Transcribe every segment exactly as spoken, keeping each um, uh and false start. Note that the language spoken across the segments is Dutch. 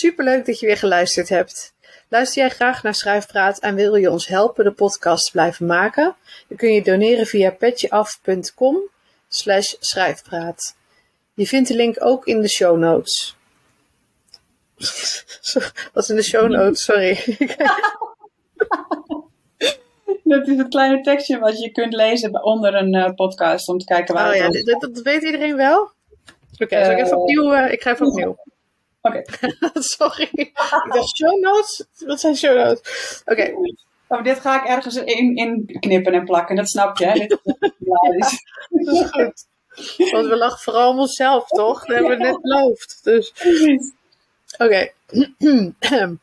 Superleuk dat je weer geluisterd hebt. Luister jij graag naar Schrijfpraat en wil je ons helpen de podcast te blijven maken? Dan kun je doneren via petjeaf.com slash schrijfpraat. Je vindt de link ook in de show notes. Wat is in de show notes? Sorry. Dat is het kleine tekstje wat je kunt lezen onder een uh, podcast om te kijken waar oh, het ja, over dat, dat weet iedereen wel? Oké, okay, uh, zal ik even opnieuw? Uh, ik ga even opnieuw. Oké. Okay. Sorry. Ik dacht show notes? Wat zijn show notes? Oké. Okay. Oh, dit ga ik ergens in, in knippen en plakken, dat snap je, hè? Dit is ja, dat is goed. Want we lachen vooral om onszelf, toch? Dat hebben we net beloofd. Dus. Precies. Oké. Okay.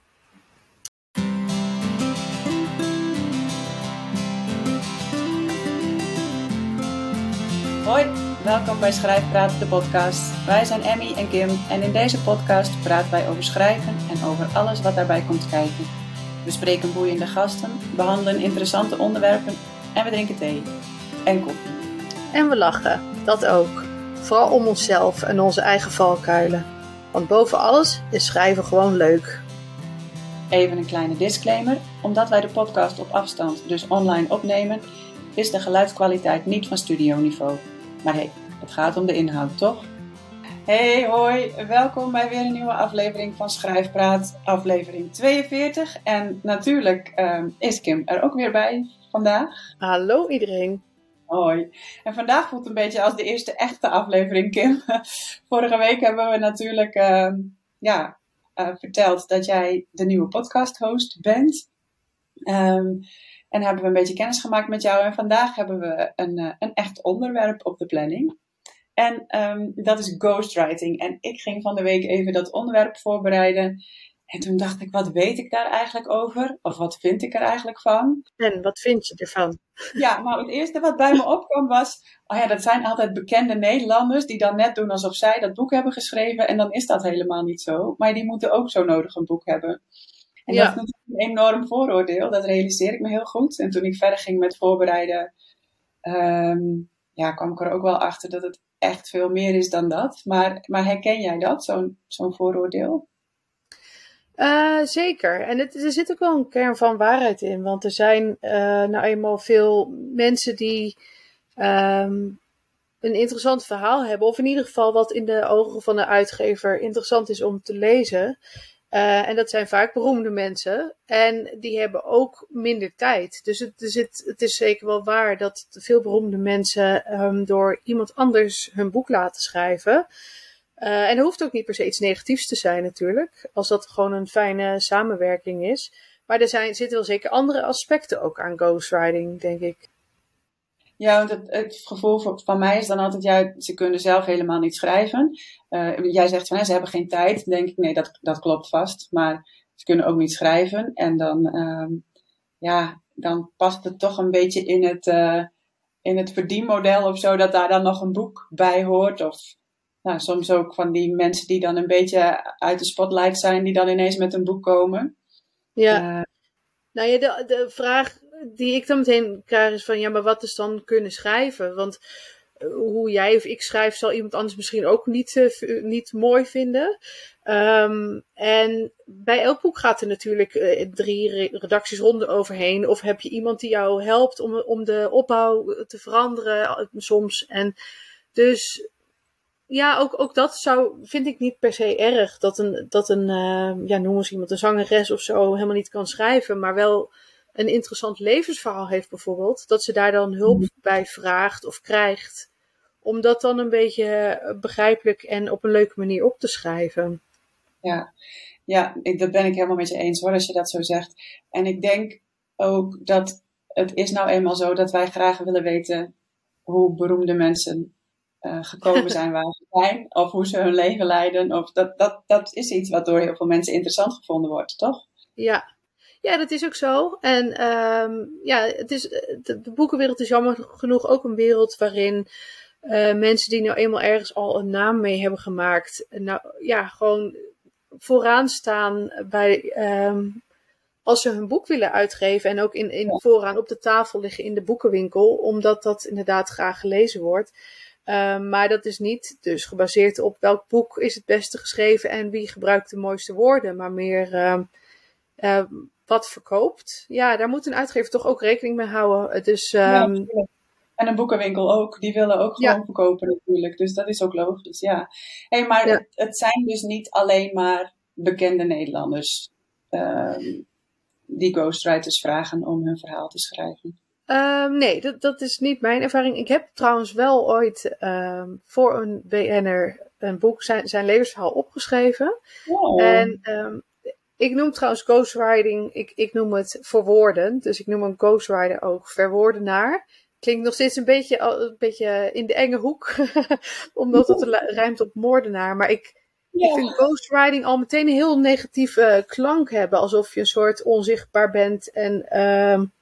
Hoi, welkom bij Schrijfpraat, de podcast. Wij zijn Emmy en Kim en in deze podcast praten wij over schrijven en over alles wat daarbij komt kijken. We spreken boeiende gasten, behandelen interessante onderwerpen en we drinken thee en koffie. En we lachen, dat ook. Vooral om onszelf en onze eigen valkuilen. Want boven alles is schrijven gewoon leuk. Even een kleine disclaimer. Omdat wij de podcast op afstand, dus online opnemen, is de geluidskwaliteit niet van studioniveau. Maar hé, hey, het gaat om de inhoud, toch? Hey, hoi. Welkom bij weer een nieuwe aflevering van Schrijfpraat, aflevering tweeënveertig. En natuurlijk uh, is Kim er ook weer bij vandaag. Hallo iedereen. Hoi. En vandaag voelt het een beetje als de eerste echte aflevering, Kim. Vorige week hebben we natuurlijk uh, ja, uh, verteld dat jij de nieuwe podcast-host bent. Um, en hebben we een beetje kennis gemaakt met jou. En vandaag hebben we een, uh, een echt onderwerp op de planning. En um, dat is ghostwriting. En ik ging van de week even dat onderwerp voorbereiden. En toen dacht ik, wat weet ik daar eigenlijk over? Of wat vind ik er eigenlijk van? En wat vind je ervan? Ja, maar het eerste wat bij me opkwam was... Oh ja, dat zijn altijd bekende Nederlanders die dan net doen alsof zij dat boek hebben geschreven. En dan is dat helemaal niet zo. Maar die moeten ook zo nodig een boek hebben. En ja. Dat is natuurlijk een enorm vooroordeel. Dat realiseer ik me heel goed. En toen ik verder ging met voorbereiden... Um, ja, kwam ik er ook wel achter dat het echt veel meer is dan dat. Maar, maar herken jij dat, zo'n, zo'n vooroordeel? Uh, zeker. En het, er zit ook wel een kern van waarheid in. Want er zijn uh, nou eenmaal veel mensen die um, een interessant verhaal hebben. Of in ieder geval wat in de ogen van de uitgever interessant is om te lezen. Uh, en dat zijn vaak beroemde mensen. En die hebben ook minder tijd. Dus het, dus het, het is zeker wel waar dat veel beroemde mensen um, door iemand anders hun boek laten schrijven. Uh, en er hoeft ook niet per se iets negatiefs te zijn natuurlijk. Als dat gewoon een fijne samenwerking is. Maar er zijn, zitten wel zeker andere aspecten ook aan ghostwriting, denk ik. Ja, want het, het gevoel van mij is dan altijd, ja, ze kunnen zelf helemaal niet schrijven. Uh, jij zegt van, hè, ze hebben geen tijd. Dan denk ik, nee, dat, dat klopt vast. Maar ze kunnen ook niet schrijven. En dan, um, ja, dan past het toch een beetje in het, uh, in het verdienmodel of zo, dat daar dan nog een boek bij hoort. Of nou, soms ook van die mensen die dan een beetje uit de spotlight zijn, die dan ineens met een boek komen. Ja, uh, nou ja, de, de vraag die ik dan meteen krijg is van, ja, maar wat is dan kunnen schrijven? Want uh, hoe jij of ik schrijf, zal iemand anders misschien ook niet, uh, niet mooi vinden. Um, en bij elk boek gaat er natuurlijk uh, drie redactiesronden overheen. Of heb je iemand die jou helpt om, om de opbouw te veranderen uh, soms. En dus... Ja, ook, ook dat zou, vind ik niet per se erg. Dat een, dat een uh, ja, noem eens iemand, een zangeres of zo helemaal niet kan schrijven. Maar wel een interessant levensverhaal heeft bijvoorbeeld. Dat ze daar dan hulp bij vraagt of krijgt. Om dat dan een beetje begrijpelijk en op een leuke manier op te schrijven. Ja, ja ik, dat ben ik helemaal met je eens hoor, als je dat zo zegt. En ik denk ook dat het is nou eenmaal zo dat wij graag willen weten hoe beroemde mensen... Uh, gekomen zijn waar ze zijn, of hoe ze hun leven leiden. Of dat, dat, dat is iets wat door heel veel mensen interessant gevonden wordt, toch? Ja, ja dat is ook zo. En um, ja, het is, de, de boekenwereld is jammer genoeg ook een wereld waarin uh, mensen die nou eenmaal ergens al een naam mee hebben gemaakt, nou ja, gewoon vooraan staan bij... Um, als ze hun boek willen uitgeven en ook in, in vooraan op de tafel liggen in de boekenwinkel, omdat dat inderdaad graag gelezen wordt. Um, maar dat is niet dus gebaseerd op welk boek is het beste geschreven en wie gebruikt de mooiste woorden. Maar meer um, uh, wat verkoopt. Ja, daar moet een uitgever toch ook rekening mee houden. Dus, um, ja, natuurlijk. En een boekenwinkel ook. Die willen ook gewoon ja. verkopen natuurlijk. Dus dat is ook logisch, ja. Hey, maar ja. het, het zijn dus niet alleen maar bekende Nederlanders um, die ghostwriters vragen om hun verhaal te schrijven. Um, nee, dat, dat is niet mijn ervaring. Ik heb trouwens wel ooit um, voor een B N'er een boek, zijn, zijn levensverhaal opgeschreven. Oh. En um, ik noem trouwens ghostwriting, ik, ik noem het verwoorden. Dus ik noem een ghostwriter ook verwoordenaar. Klinkt nog steeds een beetje, een beetje in de enge hoek, omdat het rijmt op moordenaar. Maar ik, ja. ik vind ghostwriting al meteen een heel negatieve klank hebben. Alsof je een soort onzichtbaar bent en um,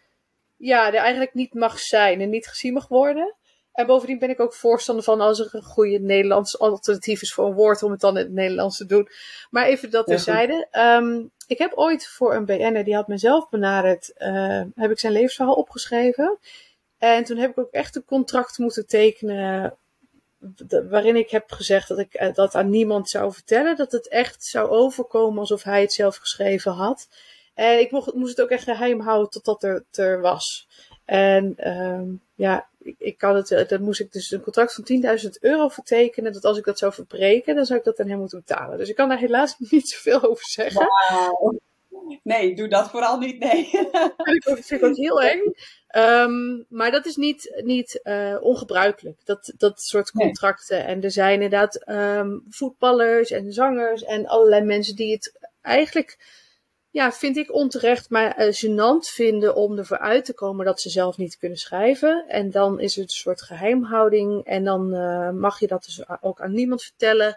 ja, er eigenlijk niet mag zijn en niet gezien mag worden. En bovendien ben ik ook voorstander van als er een goede Nederlands alternatief is voor een woord om het dan in het Nederlands te doen. Maar even dat terzijde. Ja, um, ik heb ooit voor een B N'er, die had mezelf benaderd, uh, heb ik zijn levensverhaal opgeschreven. En toen heb ik ook echt een contract moeten tekenen waarin ik heb gezegd dat ik uh, dat aan niemand zou vertellen. Dat het echt zou overkomen alsof hij het zelf geschreven had. En ik mocht, moest het ook echt geheim houden totdat er, het er was. En um, ja, ik, ik kan het, dat moest ik dus een contract van tienduizend euro vertekenen. Dat als ik dat zou verbreken, dan zou ik dat aan hem moeten betalen. Dus ik kan daar helaas niet zoveel over zeggen. Wow. Nee, doe dat vooral niet, nee. Dat vind ik ook, vind ik ook heel eng. Um, maar dat is niet, niet uh, ongebruikelijk, dat, dat soort contracten. Nee. En er zijn inderdaad um, voetballers en zangers en allerlei mensen die het eigenlijk, ja, vind ik onterecht, maar uh, gênant vinden om ervoor uit te komen dat ze zelf niet kunnen schrijven. En dan is het een soort geheimhouding en dan uh, mag je dat dus ook aan niemand vertellen.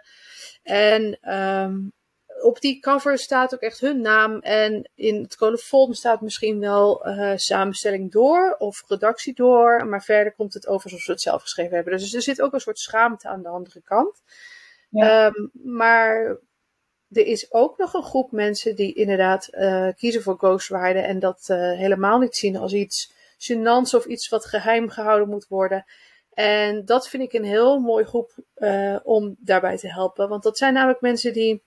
En um, op die cover staat ook echt hun naam. En in het colofon staat misschien wel uh, samenstelling door of redactie door. Maar verder komt het over alsof ze het zelf geschreven hebben. Dus er zit ook een soort schaamte aan de andere kant. Ja. Um, maar er is ook nog een groep mensen die inderdaad uh, kiezen voor ghostwriting. En dat uh, helemaal niet zien als iets gênants of iets wat geheim gehouden moet worden. En dat vind ik een heel mooi groep uh, om daarbij te helpen. Want dat zijn namelijk mensen die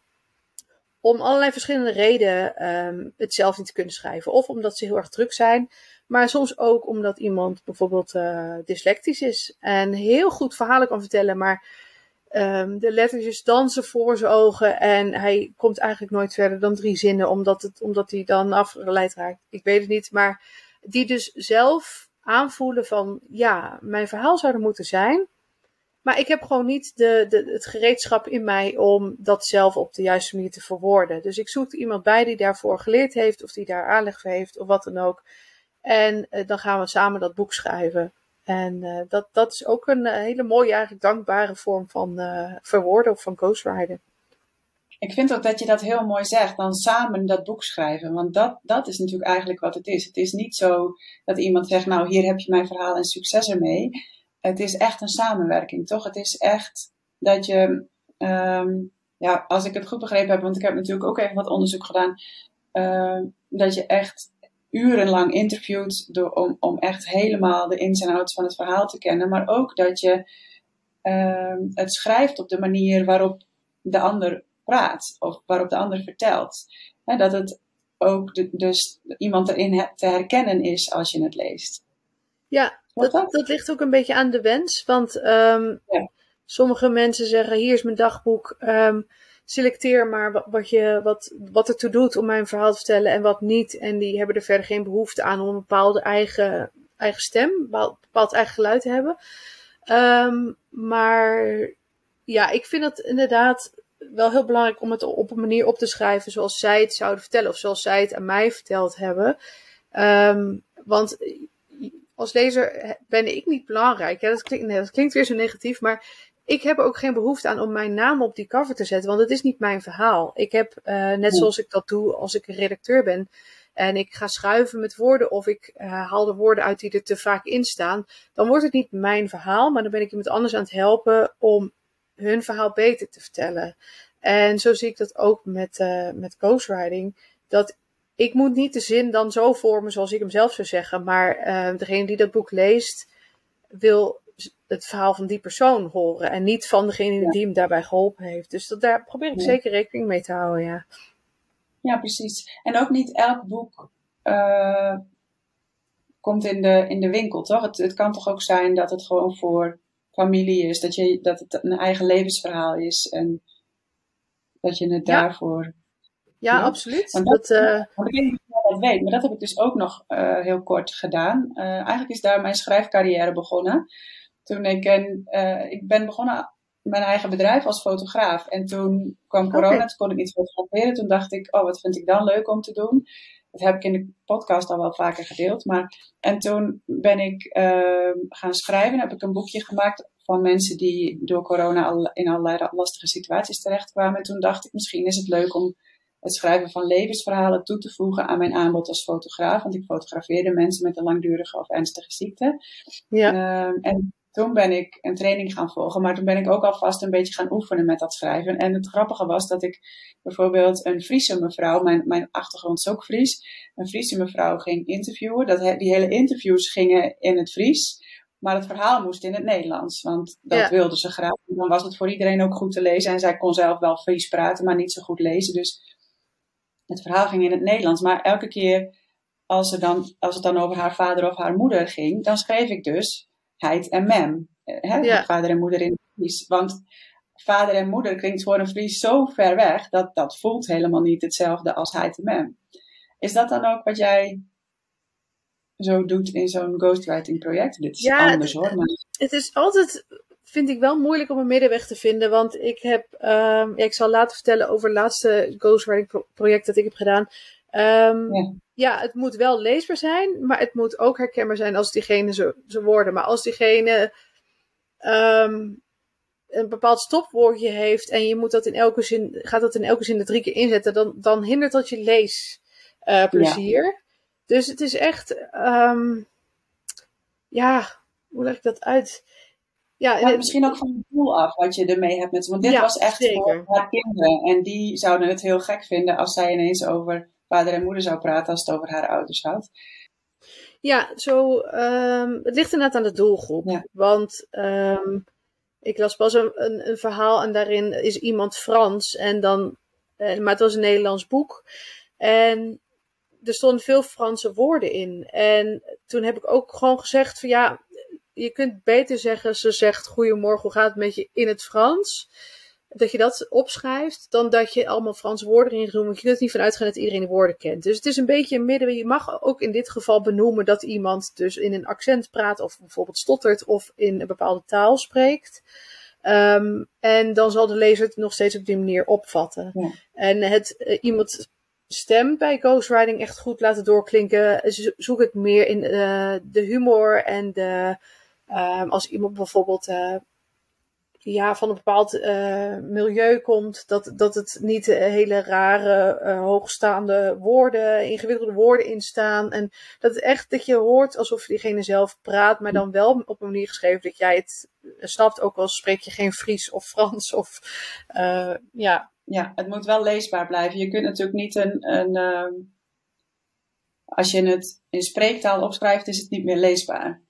om allerlei verschillende redenen um, het zelf niet kunnen schrijven. Of omdat ze heel erg druk zijn. Maar soms ook omdat iemand bijvoorbeeld uh, dyslectisch is. En heel goed verhalen kan vertellen. Maar um, de lettertjes dansen voor zijn ogen. En hij komt eigenlijk nooit verder dan drie zinnen. Omdat, het, omdat hij dan afgeleid raakt. Ik weet het niet. Maar die dus zelf aanvoelen van, ja, mijn verhaal zou er moeten zijn. Maar ik heb gewoon niet de, de, het gereedschap in mij om dat zelf op de juiste manier te verwoorden. Dus ik zoek er iemand bij die daarvoor geleerd heeft of die daar aanleg voor heeft of wat dan ook. En uh, dan gaan we samen dat boek schrijven. En uh, dat, dat is ook een uh, hele mooie, eigenlijk dankbare vorm van uh, verwoorden of van ghostwriting. Ik vind ook dat je dat heel mooi zegt, dan samen dat boek schrijven. Want dat, dat is natuurlijk eigenlijk wat het is. Het is niet zo dat iemand zegt, nou hier heb je mijn verhaal en succes ermee. Het is echt een samenwerking, toch? Het is echt dat je, um, ja, als ik het goed begrepen heb, want ik heb natuurlijk ook even wat onderzoek gedaan, uh, dat je echt urenlang interviewt door, om, om echt helemaal de ins en outs van het verhaal te kennen. Maar ook dat je uh, het schrijft op de manier waarop de ander praat of waarop de ander vertelt. He, dat het ook de, dus iemand erin te herkennen is als je het leest. Ja, dat, dat ligt ook een beetje aan de wens. Want um, ja. sommige mensen zeggen, hier is mijn dagboek. Um, selecteer maar wat, wat, je, wat, wat er toe doet om mijn verhaal te vertellen en wat niet. En die hebben er verder geen behoefte aan om een bepaalde eigen, eigen stem, een bepaald, bepaald eigen geluid te hebben. Um, maar ja, ik vind het inderdaad wel heel belangrijk om het op een manier op te schrijven zoals zij het zouden vertellen. Of zoals zij het aan mij verteld hebben. Um, want als lezer ben ik niet belangrijk. Ja, dat, klinkt, nee, dat klinkt weer zo negatief, maar ik heb ook geen behoefte aan om mijn naam op die cover te zetten, want het is niet mijn verhaal. Ik heb, uh, net zoals ik dat doe als ik een redacteur ben, en ik ga schuiven met woorden, of ik uh, haal de woorden uit die er te vaak in staan, dan wordt het niet mijn verhaal, maar dan ben ik iemand anders aan het helpen om hun verhaal beter te vertellen. En zo zie ik dat ook met, uh, met ghostwriting, dat ik moet niet de zin dan zo vormen zoals ik hem zelf zou zeggen. Maar uh, degene die dat boek leest, wil het verhaal van die persoon horen. En niet van degene Ja. die hem daarbij geholpen heeft. Dus dat, daar probeer ik Ja. zeker rekening mee te houden, ja. Ja, precies. En ook niet elk boek uh, komt in de, in de winkel, toch? Het, het kan toch ook zijn dat het gewoon voor familie is. Dat, je, dat het een eigen levensverhaal is. En dat je het Ja. daarvoor... Ja, Ja. absoluut. Want Dat, dat, uh... want ik weet niet of je dat weet, maar dat heb ik dus ook nog uh, heel kort gedaan. Uh, eigenlijk is daar mijn schrijfcarrière begonnen. Toen ik, een, uh, ik ben begonnen mijn eigen bedrijf als fotograaf. En toen kwam corona, okay. toen kon ik niet fotograferen. Toen dacht ik, oh, wat vind ik dan leuk om te doen? Dat heb ik in de podcast al wel vaker gedeeld. Maar, en toen ben ik uh, gaan schrijven. Heb ik een boekje gemaakt van mensen die door corona al in allerlei lastige situaties terechtkwamen. En toen dacht ik, misschien is het leuk om het schrijven van levensverhalen toe te voegen aan mijn aanbod als fotograaf. Want ik fotografeerde mensen met een langdurige of ernstige ziekte. Ja. Uh, en toen ben ik een training gaan volgen. Maar toen ben ik ook alvast een beetje gaan oefenen met dat schrijven. En het grappige was dat ik bijvoorbeeld een Friese mevrouw, mijn, mijn achtergrond is ook Fries, een Friese mevrouw ging interviewen. Dat, die hele interviews gingen in het Fries. Maar het verhaal moest in het Nederlands. Want dat ja. wilde ze graag. En dan was het voor iedereen ook goed te lezen. En zij kon zelf wel Fries praten, maar niet zo goed lezen. Dus het verhaal ging in het Nederlands. Maar elke keer als, er dan, als het dan over haar vader of haar moeder ging, dan schreef ik dus heid en mem. Hè? Ja. Vader en moeder in het Fries. Want vader en moeder klinkt voor een Fries zo ver weg, dat dat voelt helemaal niet hetzelfde als heid en mem. Is dat dan ook wat jij zo doet in zo'n ghostwriting project? Dit is ja, anders hoor. Maar... Het is altijd, vind ik wel moeilijk om een middenweg te vinden. Want ik heb, um, ja, ik zal later vertellen over het laatste ghostwriting project dat ik heb gedaan. Um, ja. ja, het moet wel leesbaar zijn, maar het moet ook herkenbaar zijn als diegene zo, zo woorden. Maar als diegene um, een bepaald stopwoordje heeft en je moet dat in elke zin, gaat dat in elke zin er drie keer inzetten, dan, dan hindert dat je leesplezier. Uh, ja. Dus het is echt, um, ja, hoe leg ik dat uit? Ja, ja, misschien ook van het doel af wat je ermee hebt met ze. Want dit ja, was echt zeker. voor haar kinderen. En die zouden het heel gek vinden als zij ineens over vader en moeder zou praten als het over haar ouders had. Ja, zo, um, het ligt inderdaad aan de doelgroep. Ja. Want um, ik las pas een, een, een verhaal en daarin is iemand Frans. En dan, uh, maar het was een Nederlands boek. En er stonden veel Franse woorden in. En toen heb ik ook gewoon gezegd van ja, je kunt beter zeggen, ze zegt goedemorgen, hoe gaat het met je in het Frans? Dat je dat opschrijft, dan dat je allemaal Franse woorden erin doet. Want je kunt er niet van uitgaan dat iedereen de woorden kent. Dus het is een beetje een midden. Je mag ook in dit geval benoemen dat iemand dus in een accent praat, of bijvoorbeeld stottert, of in een bepaalde taal spreekt. Um, en dan zal de lezer het nog steeds op die manier opvatten. Ja. En het uh, iemand stem bij ghostwriting echt goed laten doorklinken, zoek ik meer in uh, de humor en de, uh, als iemand bijvoorbeeld uh, ja, van een bepaald uh, milieu komt, dat, dat het niet uh, hele rare, uh, hoogstaande woorden, ingewikkelde woorden instaan. En dat het echt dat je hoort alsof diegene zelf praat, maar dan wel op een manier geschreven dat jij het snapt, ook al spreek je geen Fries of Frans of uh, ja. Ja, het moet wel leesbaar blijven. Je kunt natuurlijk niet een, een uh, als je het in spreektaal opschrijft, is het niet meer leesbaar.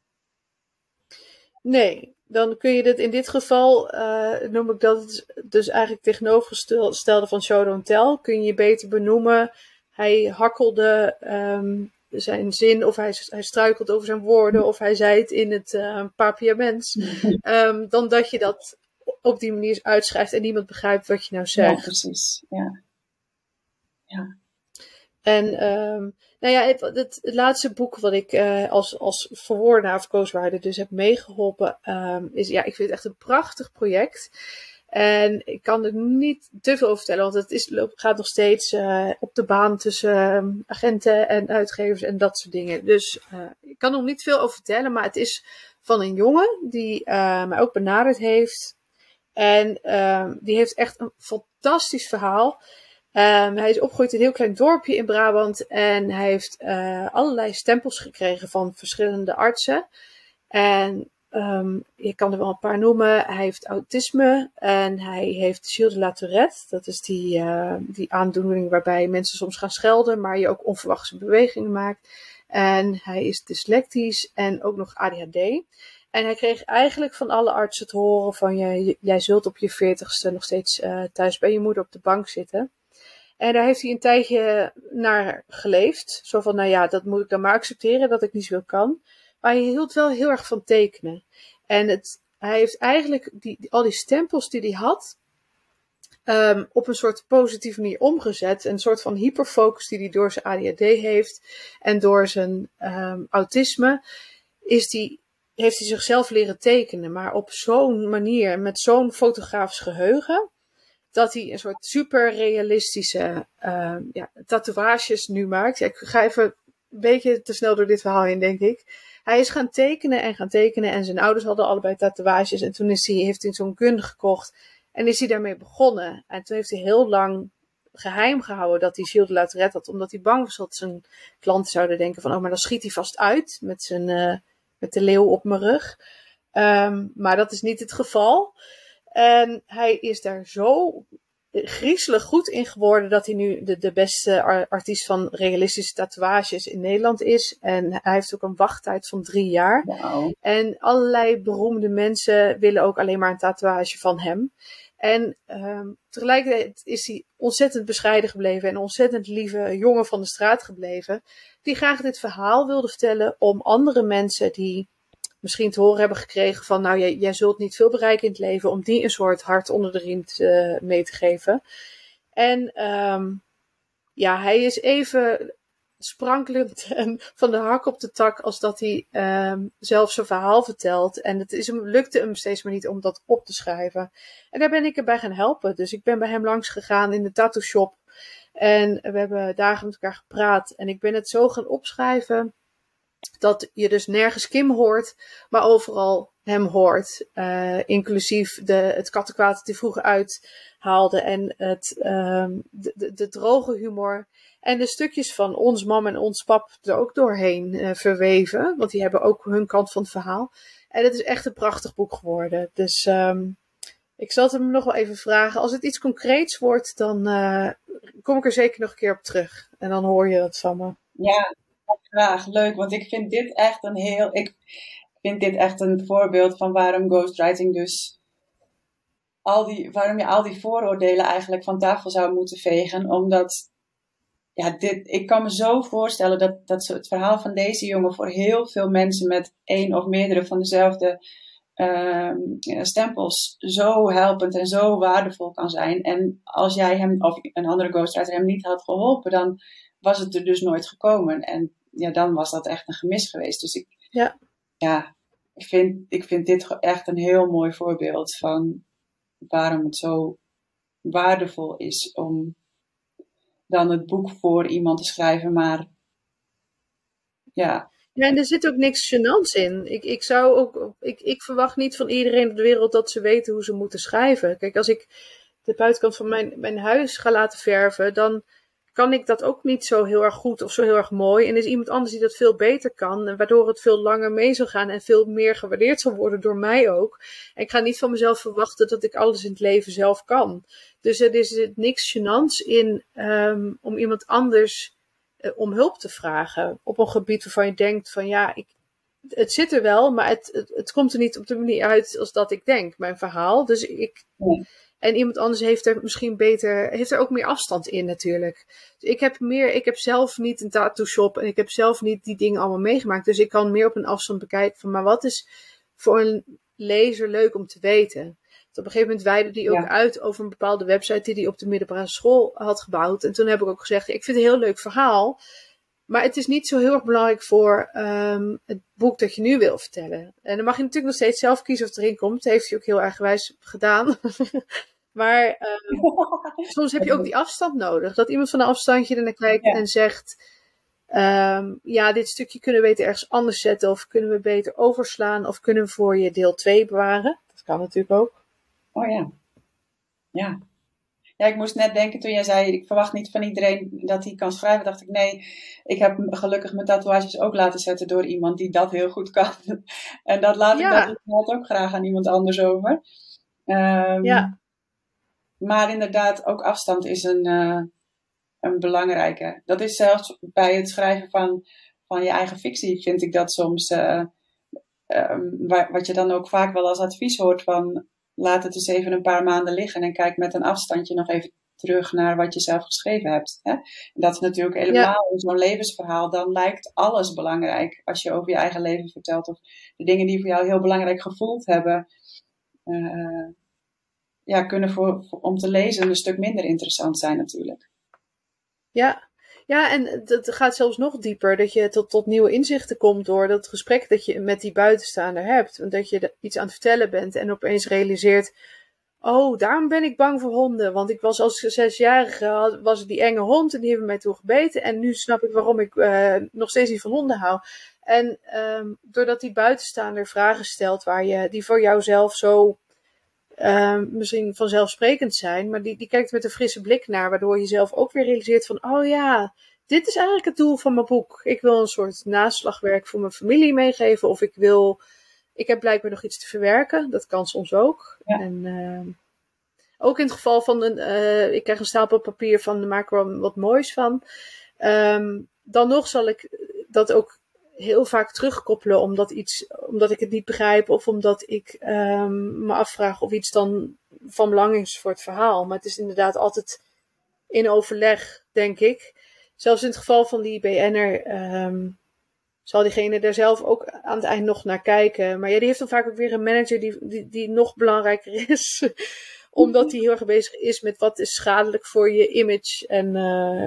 Nee, dan kun je dit in dit geval, uh, noem ik dat dus eigenlijk tegenovergestelde van show don't tell, kun je beter benoemen. Hij hakkelde um, zijn zin, of hij, hij struikelt over zijn woorden, of hij zei het in het uh, papiaments. Um, dan dat je dat op die manier uitschrijft en niemand begrijpt wat je nou zegt. Ja, precies. Ja. Ja. En um, nou ja, het, het, het laatste boek wat ik uh, als, als verwoordenaar of ghostwriter dus heb meegeholpen, um, is, ja, ik vind het echt een prachtig project. En ik kan er niet te veel over vertellen, want het is, gaat nog steeds uh, op de baan tussen um, agenten en uitgevers en dat soort dingen. Dus uh, ik kan er nog niet veel over vertellen, maar het is van een jongen die uh, mij ook benaderd heeft. En uh, die heeft echt een fantastisch verhaal. Um, hij is opgegroeid in een heel klein dorpje in Brabant. En hij heeft uh, allerlei stempels gekregen van verschillende artsen. En um, je kan er wel een paar noemen. Hij heeft autisme en hij heeft Gilles de la Tourette. Dat is die, uh, die aandoening waarbij mensen soms gaan schelden, maar je ook onverwachte bewegingen maakt. En hij is dyslectisch en ook nog A D H D. En hij kreeg eigenlijk van alle artsen te horen van, je, jij zult op je veertigste nog steeds uh, thuis bij je moeder op de bank zitten. En daar heeft hij een tijdje naar geleefd. Zo van, nou ja, dat moet ik dan maar accepteren, dat ik niet zoveel kan. Maar hij hield wel heel erg van tekenen. En het, hij heeft eigenlijk die, die, al die stempels die hij had, um, op een soort positieve manier omgezet. Een soort van hyperfocus die hij door zijn A D H D heeft en door zijn um, autisme, is die, heeft hij zichzelf leren tekenen. Maar op zo'n manier, met zo'n fotografisch geheugen, dat hij een soort super realistische uh, ja, tatoeages nu maakt. Ja, ik ga even een beetje te snel door dit verhaal heen, denk ik. Hij is gaan tekenen en gaan tekenen. En zijn ouders hadden allebei tatoeages. En toen is hij, heeft hij zo'n gun gekocht. En is hij daarmee begonnen. En toen heeft hij heel lang geheim gehouden dat hij Gilles de La Tourette had. Omdat hij bang was dat zijn klanten zouden denken van, oh, maar dan schiet hij vast uit met, zijn, uh, met de leeuw op mijn rug. Um, maar dat is niet het geval. En hij is daar zo griezelig goed in geworden dat hij nu de, de beste artiest van realistische tatoeages in Nederland is. En hij heeft ook een wachttijd van drie jaar. Wow. En allerlei beroemde mensen willen ook alleen maar een tatoeage van hem. En um, tegelijkertijd is hij ontzettend bescheiden gebleven en een ontzettend lieve jongen van de straat gebleven, die graag dit verhaal wilde vertellen om andere mensen die misschien te horen hebben gekregen van, nou, jij, jij zult niet veel bereiken in het leven, om die een soort hart onder de riem te, uh, mee te geven. En um, ja, hij is even sprankelend en van de hak op de tak als dat hij um, zelf zijn verhaal vertelt. En het is hem, lukte hem steeds maar niet om dat op te schrijven. En daar ben ik erbij gaan helpen. Dus ik ben bij hem langs gegaan in de tattoo shop. En we hebben dagen met elkaar gepraat. En ik ben het zo gaan opschrijven dat je dus nergens Kim hoort, maar overal hem hoort. Uh, inclusief de, het kattenkwaad dat hij vroeger uithaalde en het, um, de, de, de droge humor. En de stukjes van ons mam en ons pap er ook doorheen uh, verweven. Want die hebben ook hun kant van het verhaal. En het is echt een prachtig boek geworden. Dus um, ik zal het hem nog wel even vragen. Als het iets concreets wordt, dan uh, kom ik er zeker nog een keer op terug. En dan hoor je dat van me. Ja, graag. Leuk. Want ik vind dit echt een heel... Ik vind dit echt een voorbeeld van waarom ghostwriting dus... Al die, waarom je al die vooroordelen eigenlijk van tafel zou moeten vegen. Omdat... Ja, dit, ik kan me zo voorstellen dat, dat het verhaal van deze jongen voor heel veel mensen met één of meerdere van dezelfde uh, stempels zo helpend en zo waardevol kan zijn. En als jij hem, of een andere ghostwriter hem niet had geholpen, dan was het er dus nooit gekomen. En ja, dan was dat echt een gemis geweest. Dus ik, ja. Ja, ik, vind, ik vind dit echt een heel mooi voorbeeld van waarom het zo waardevol is om dan het boek voor iemand te schrijven, maar ja. Ja, en er zit ook niks gênants in. Ik, ik zou ook, ik, ik verwacht niet van iedereen op de wereld dat ze weten hoe ze moeten schrijven. Kijk, als ik de buitenkant van mijn, mijn huis ga laten verven, dan kan ik dat ook niet zo heel erg goed of zo heel erg mooi. En er is iemand anders die dat veel beter kan, waardoor het veel langer mee zal gaan en veel meer gewaardeerd zal worden door mij ook. En ik ga niet van mezelf verwachten dat ik alles in het leven zelf kan. Dus er is niks gênants in um, om iemand anders uh, om hulp te vragen. Op een gebied waarvan je denkt van ja, ik, het zit er wel, maar het, het, het komt er niet op de manier uit als dat ik denk, mijn verhaal. Dus ik... Ja. En iemand anders heeft er misschien beter, heeft er ook meer afstand in natuurlijk. Dus ik heb meer, ik heb zelf niet een tattoo shop en ik heb zelf niet die dingen allemaal meegemaakt. Dus ik kan meer op een afstand bekijken van, maar wat is voor een lezer leuk om te weten? Dus op een gegeven moment weidde die ook ja. uit over een bepaalde website die hij op de middelbare school had gebouwd. En toen heb ik ook gezegd, ik vind het een heel leuk verhaal. Maar het is niet zo heel erg belangrijk voor um, het boek dat je nu wil vertellen. En dan mag je natuurlijk nog steeds zelf kiezen of het erin komt. Dat heeft hij ook heel erg wijs gedaan. Maar um, soms heb je ook die afstand nodig. Dat iemand van een afstandje er naar kijkt ja. en zegt... Um, ja, dit stukje kunnen we beter ergens anders zetten. Of kunnen we beter overslaan. Of kunnen we voor je deel twee bewaren. Dat kan natuurlijk ook. Oh ja. Ja. Ja, ik moest net denken toen jij zei, ik verwacht niet van iedereen dat hij kan schrijven. Dacht ik, nee, ik heb gelukkig mijn tatoeages ook laten zetten door iemand die dat heel goed kan. En dat laat ja. ik dat ook graag aan iemand anders over. Um, ja. Maar inderdaad, ook afstand is een, uh, een belangrijke. Dat is zelfs bij het schrijven van, van je eigen fictie, vind ik dat soms uh, um, waar, wat je dan ook vaak wel als advies hoort van laat het eens even een paar maanden liggen en kijk met een afstandje nog even terug naar wat je zelf geschreven hebt. Hè? En dat is natuurlijk helemaal ja. in zo'n levensverhaal. Dan lijkt alles belangrijk als je over je eigen leven vertelt. Of de dingen die voor jou heel belangrijk gevoeld hebben. Uh, ja, kunnen voor, voor, om te lezen een stuk minder interessant zijn natuurlijk. Ja, ja, en het gaat zelfs nog dieper. Dat je tot, tot nieuwe inzichten komt door dat gesprek dat je met die buitenstaander hebt. Dat je iets aan het vertellen bent en opeens realiseert... Oh, daarom ben ik bang voor honden. Want ik was als zesjarige, was het die enge hond en die heeft mij toen gebeten. En nu snap ik waarom ik uh, nog steeds niet van honden hou. En um, doordat die buitenstaander vragen stelt waar je, die voor jouzelf zo uh, misschien vanzelfsprekend zijn. Maar die, die kijkt met een frisse blik naar, waardoor je zelf ook weer realiseert van, oh ja, dit is eigenlijk het doel van mijn boek. Ik wil een soort naslagwerk voor mijn familie meegeven. Of ik wil... Ik heb blijkbaar nog iets te verwerken. Dat kan soms ook. Ja. En uh, ook in het geval van een... Uh, ik krijg een stapel papier van... Daar maken we wat moois van. Um, dan nog zal ik dat ook heel vaak terugkoppelen. Omdat, iets, omdat ik het niet begrijp. Of omdat ik um, me afvraag of iets dan van belang is voor het verhaal. Maar het is inderdaad altijd in overleg, denk ik. Zelfs in het geval van die B N'er... Um, zal diegene daar zelf ook aan het eind nog naar kijken. Maar ja, die heeft dan vaak ook weer een manager die, die, die nog belangrijker is. Omdat die heel erg bezig is met wat is schadelijk voor je image. En, uh...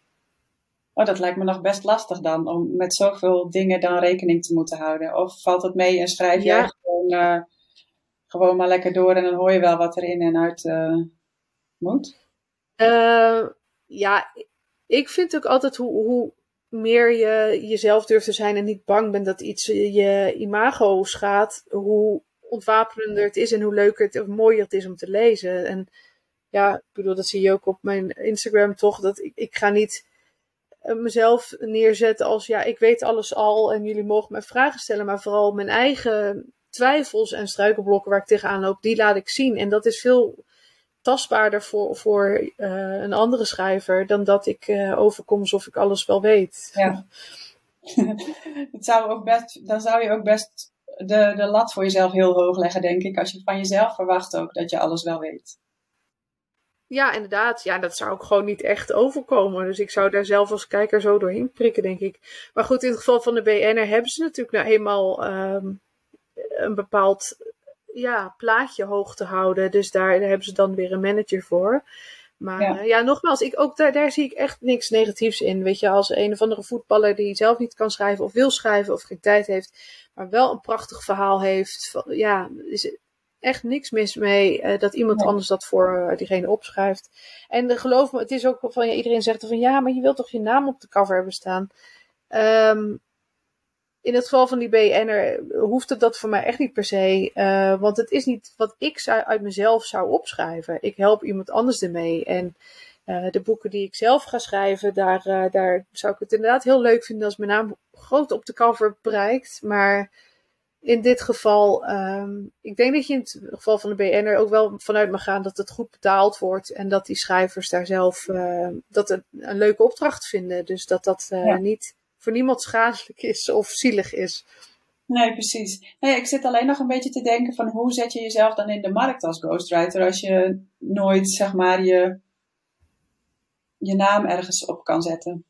Oh, dat lijkt me nog best lastig dan. Om met zoveel dingen dan rekening te moeten houden. Of valt het mee en schrijf jij ja. gewoon, uh, gewoon maar lekker door. En dan hoor je wel wat er in en uit uh, moet? Uh, ja, ik vind ook altijd hoe... hoe meer je jezelf durft te zijn en niet bang bent dat iets je imago schaadt, hoe ontwapenender het is en hoe leuker het of mooier het is om te lezen. En ja, ik bedoel, dat zie je ook op mijn Instagram toch, dat ik, ik ga niet mezelf neerzetten als ja, ik weet alles al en jullie mogen mij vragen stellen, maar vooral mijn eigen twijfels en struikelblokken waar ik tegenaan loop, die laat ik zien. En dat is veel tastbaarder voor, voor uh, een andere schrijver dan dat ik uh, overkom alsof ik alles wel weet. Ja. Het zou ook best, dan zou je ook best de, de lat voor jezelf heel hoog leggen, denk ik, als je van jezelf verwacht ook dat je alles wel weet. Ja, inderdaad. Ja, dat zou ook gewoon niet echt overkomen. Dus ik zou daar zelf als kijker zo doorheen prikken, denk ik. Maar goed, in het geval van de B N'er hebben ze natuurlijk nou eenmaal um, een bepaald ja, plaatje hoog te houden. Dus daar, daar hebben ze dan weer een manager voor. Maar ja, uh, ja nogmaals, ik, ook daar, daar zie ik echt niks negatiefs in. Weet je, als een of andere voetballer die zelf niet kan schrijven of wil schrijven of geen tijd heeft, maar wel een prachtig verhaal heeft. Van, ja, is echt niks mis mee uh, dat iemand ja. anders dat voor uh, diegene opschrijft. En uh, geloof me, het is ook van, ja, iedereen zegt van ja, maar je wilt toch je naam op de cover hebben staan. Um, In het geval van die B N'er hoeft het dat voor mij echt niet per se. Uh, want het is niet wat ik zou, uit mezelf zou opschrijven. Ik help iemand anders ermee. En uh, de boeken die ik zelf ga schrijven, daar, uh, daar zou ik het inderdaad heel leuk vinden als mijn naam groot op de cover bereikt. Maar in dit geval, um, ik denk dat je in het geval van de B N'er ook wel vanuit mag gaan dat het goed betaald wordt. En dat die schrijvers daar zelf uh, dat een, een leuke opdracht vinden. Dus dat dat uh, ja. niet voor niemand schadelijk is of zielig is. Nee, precies. Nee, ik zit alleen nog een beetje te denken van hoe zet je jezelf dan in de markt als ghostwriter als je nooit, zeg maar, je, je naam ergens op kan zetten?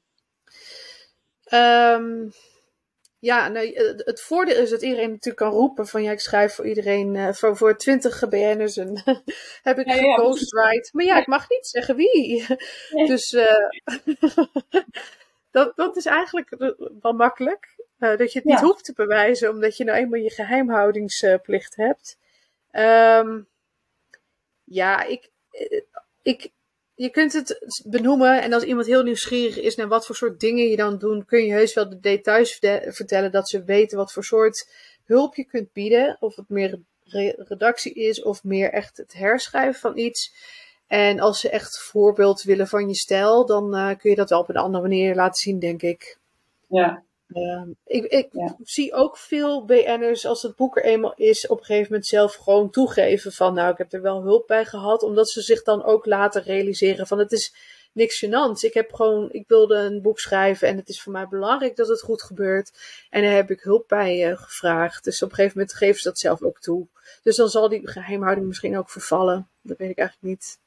Um, ja, nee, het voordeel is dat iedereen natuurlijk kan roepen van ja, ik schrijf voor iedereen, uh, voor, voor twintig B N'ers en heb ik ja, geghostwrite. Ja. Maar ja, ik mag niet zeggen wie. Nee. Dus uh, dat, dat is eigenlijk wel makkelijk. Uh, dat je het niet ja. hoeft te bewijzen, omdat je nou eenmaal je geheimhoudingsplicht hebt. Um, ja, ik, ik, je kunt het benoemen en als iemand heel nieuwsgierig is naar wat voor soort dingen je dan doet, kun je heus wel de details vertellen, dat ze weten wat voor soort hulp je kunt bieden. Of het meer redactie is of meer echt het herschrijven van iets. En als ze echt voorbeeld willen van je stijl, dan uh, kun je dat wel op een andere manier laten zien, denk ik. Ja. Uh, ik ik ja. zie ook veel B N'ers, als het boek er eenmaal is, op een gegeven moment zelf gewoon toegeven van, nou, ik heb er wel hulp bij gehad, omdat ze zich dan ook later realiseren van, het is niks gênants. Ik heb gewoon, ik wilde een boek schrijven en het is voor mij belangrijk dat het goed gebeurt. En daar heb ik hulp bij uh, gevraagd. Dus op een gegeven moment geven ze dat zelf ook toe. Dus dan zal die geheimhouding misschien ook vervallen. Dat weet ik eigenlijk niet.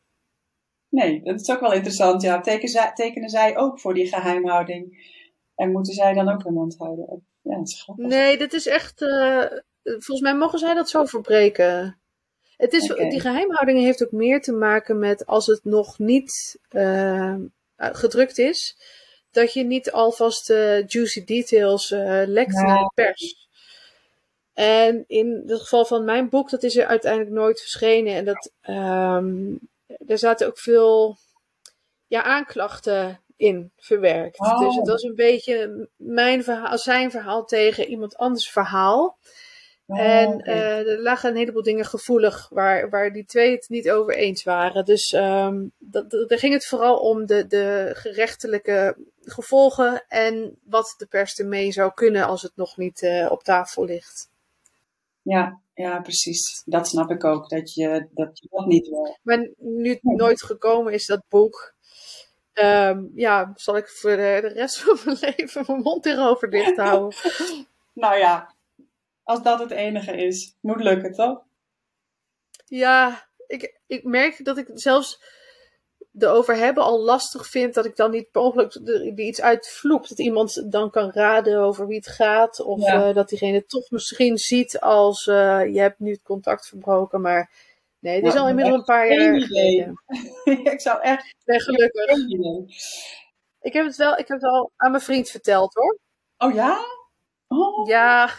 Nee, dat is ook wel interessant. Ja, tekenen zij, tekenen zij ook voor die geheimhouding? En moeten zij dan ook hun mond houden? Ja, dat is grappig. Nee, dit is echt... Uh, volgens mij mogen zij dat zo verbreken. Het is, Okay. Die geheimhouding heeft ook meer te maken met als het nog niet uh, gedrukt is, dat je niet alvast uh, juicy details uh, lekt ja. naar de pers. En in het geval van mijn boek, dat is er uiteindelijk nooit verschenen. En dat, um, er zaten ook veel ja, aanklachten in verwerkt. Oh. Dus het was een beetje mijn verhaal, zijn verhaal tegen iemand anders verhaal. Oh, en okay. uh, er lagen een heleboel dingen gevoelig waar, waar die twee het niet over eens waren. Dus um, dat, dat, daar ging het vooral om de, de gerechtelijke gevolgen en wat de pers ermee zou kunnen als het nog niet uh, op tafel ligt. Ja, ja, precies. Dat snap ik ook, dat je dat, je dat niet wil. Maar nu het nooit gekomen is, dat boek, um, ja, zal ik voor de, de rest van mijn leven mijn mond erover dicht houden. Nou ja. Als dat het enige is. Moet lukken, toch? Ja, ik, ik merk dat ik zelfs erover hebben al lastig vind. Dat ik dan niet per ongeluk er iets uitvloep. Dat iemand dan kan raden over wie het gaat. Of ja. uh, dat diegene toch misschien ziet als uh, je hebt nu het contact verbroken. Maar nee, het is ja, al inmiddels een paar jaar geleden. Ik zou echt... Nee, gelukkig. Ik heb het wel ik heb het al aan mijn vriend verteld, hoor. Oh ja? Oh. Ja.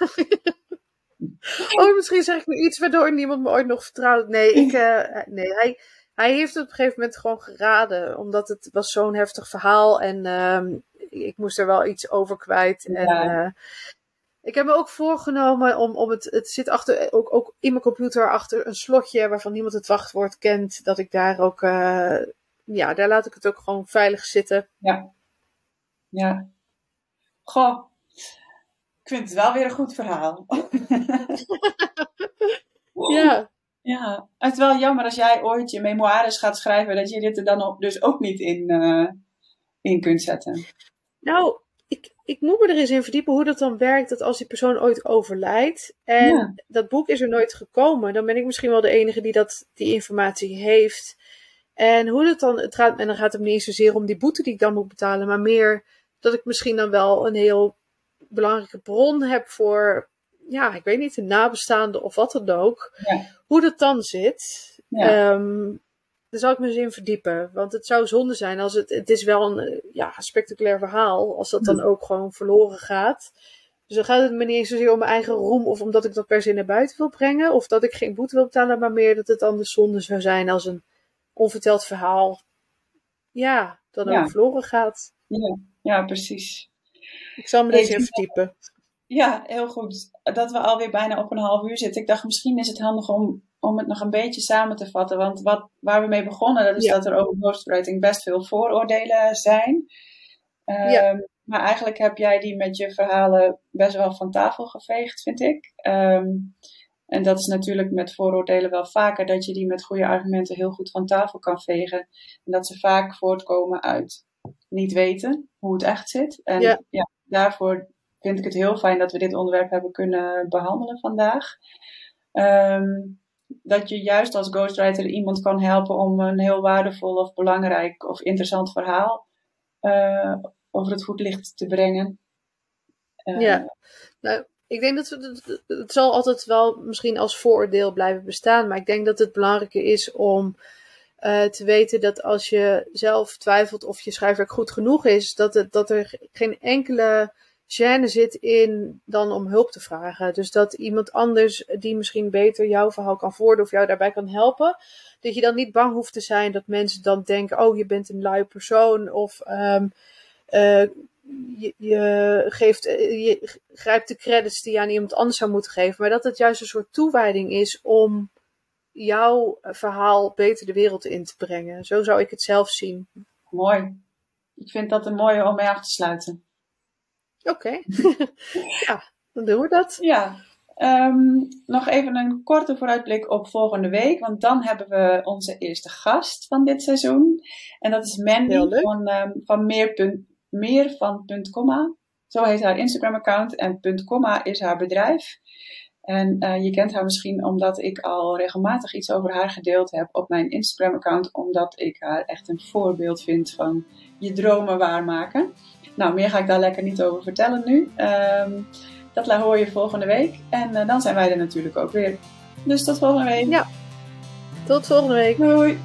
Oh, misschien zeg ik nu iets waardoor niemand me ooit nog vertrouwt. Nee, ik, uh, nee hij, hij heeft het op een gegeven moment gewoon geraden. Omdat het was zo'n heftig verhaal. En uh, ik moest er wel iets over kwijt. Ja. En uh, ik heb me ook voorgenomen om, om het... Het zit achter, ook, ook in mijn computer achter een slotje waarvan niemand het wachtwoord kent. Dat ik daar ook... Uh, ja, daar laat ik het ook gewoon veilig zitten. Ja. Ja. Goh. Ik vind het wel weer een goed verhaal. Ja. Ja. Het is wel jammer als jij ooit je memoires gaat schrijven, dat je dit er dan ook, dus ook niet in, uh, in kunt zetten. Nou, ik, ik moet me er eens in verdiepen hoe dat dan werkt, dat als die persoon ooit overlijdt en ja. dat boek is er nooit gekomen, dan ben ik misschien wel de enige die dat, die informatie heeft. En hoe dat dan, het gaat, en dan gaat het niet zozeer om die boete die ik dan moet betalen, maar meer dat ik misschien dan wel een heel belangrijke bron heb voor, ja, ik weet niet, een nabestaande of wat dan ook. Ja. Hoe dat dan zit, ja. um, daar zal ik me eens in verdiepen. Want het zou zonde zijn als het, het is wel een ja, spectaculair verhaal, als dat dan ook gewoon verloren gaat. Dus dan gaat het me niet eens zozeer om mijn eigen roem of omdat ik dat per se naar buiten wil brengen of dat ik geen boete wil betalen, maar meer dat het dan de zonde zou zijn als een onverteld verhaal, ja, dan ja. ook verloren gaat. Ja, ja, precies. Ik zal me er eens in verdiepen. Ja, heel goed. Dat we alweer bijna op een half uur zitten. Ik dacht, misschien is het handig om, om het nog een beetje samen te vatten. Want wat, waar we mee begonnen, dat is ja. dat er over ghostwriting best veel vooroordelen zijn. Um, ja. Maar eigenlijk heb jij die met je verhalen best wel van tafel geveegd, vind ik. Um, en dat is natuurlijk met vooroordelen wel vaker, dat je die met goede argumenten heel goed van tafel kan vegen. En dat ze vaak voortkomen uit niet weten hoe het echt zit. En ja, ja daarvoor vind ik het heel fijn dat we dit onderwerp hebben kunnen behandelen vandaag. Um, dat je juist als ghostwriter iemand kan helpen om een heel waardevol of belangrijk of interessant verhaal uh, over het voetlicht te brengen. Uh, ja, nou, ik denk dat we, het zal altijd wel misschien als vooroordeel blijven bestaan, maar ik denk dat het belangrijker is om uh, te weten dat als je zelf twijfelt of je schrijfwerk goed genoeg is, dat, het, dat er geen enkele gêne zit in dan om hulp te vragen. Dus dat iemand anders die misschien beter jouw verhaal kan voordoen of jou daarbij kan helpen, dat je dan niet bang hoeft te zijn dat mensen dan denken, oh, je bent een lui persoon of um, uh, je, je, geeft, je grijpt de credits die je aan iemand anders zou moeten geven, maar dat het juist een soort toewijding is om jouw verhaal beter de wereld in te brengen. Zo zou ik het zelf zien. Mooi. Ik vind dat een mooie om mee af te sluiten. Oké. Okay. Ja, dan doen we dat. Ja. Um, nog even een korte vooruitblik op volgende week. Want dan hebben we onze eerste gast van dit seizoen. En dat is Mandy van, um, van meer, meer van punt comma. Zo heet haar Instagram account. En punt comma is haar bedrijf. En uh, je kent haar misschien omdat ik al regelmatig iets over haar gedeeld heb op mijn Instagram account. Omdat ik haar echt een voorbeeld vind van je dromen waarmaken. Nou, meer ga ik daar lekker niet over vertellen nu. Um, dat hoor je volgende week. En uh, dan zijn wij er natuurlijk ook weer. Dus tot volgende week. Ja, tot volgende week. Doei.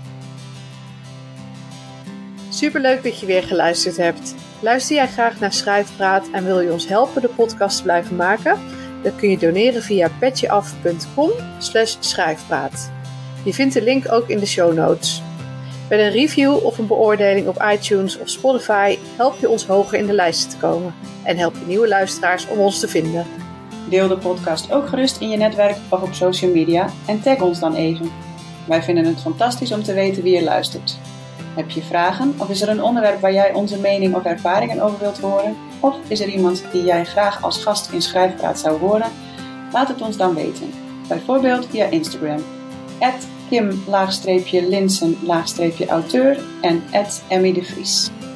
Superleuk dat je weer geluisterd hebt. Luister jij graag naar Schrijfpraat en wil je ons helpen de podcast te blijven maken? Dan kun je doneren via petjeaf.com slash schrijfpraat. Je vindt de link ook in de show notes. Met een review of een beoordeling op iTunes of Spotify help je ons hoger in de lijsten te komen. En help je nieuwe luisteraars om ons te vinden. Deel de podcast ook gerust in je netwerk of op social media en tag ons dan even. Wij vinden het fantastisch om te weten wie je luistert. Heb je vragen of is er een onderwerp waar jij onze mening of ervaringen over wilt horen? Of is er iemand die jij graag als gast in Schrijfpraat zou horen? Laat het ons dan weten. Bijvoorbeeld via Instagram. at kim-linsen-auteur en at Emmy de Vries.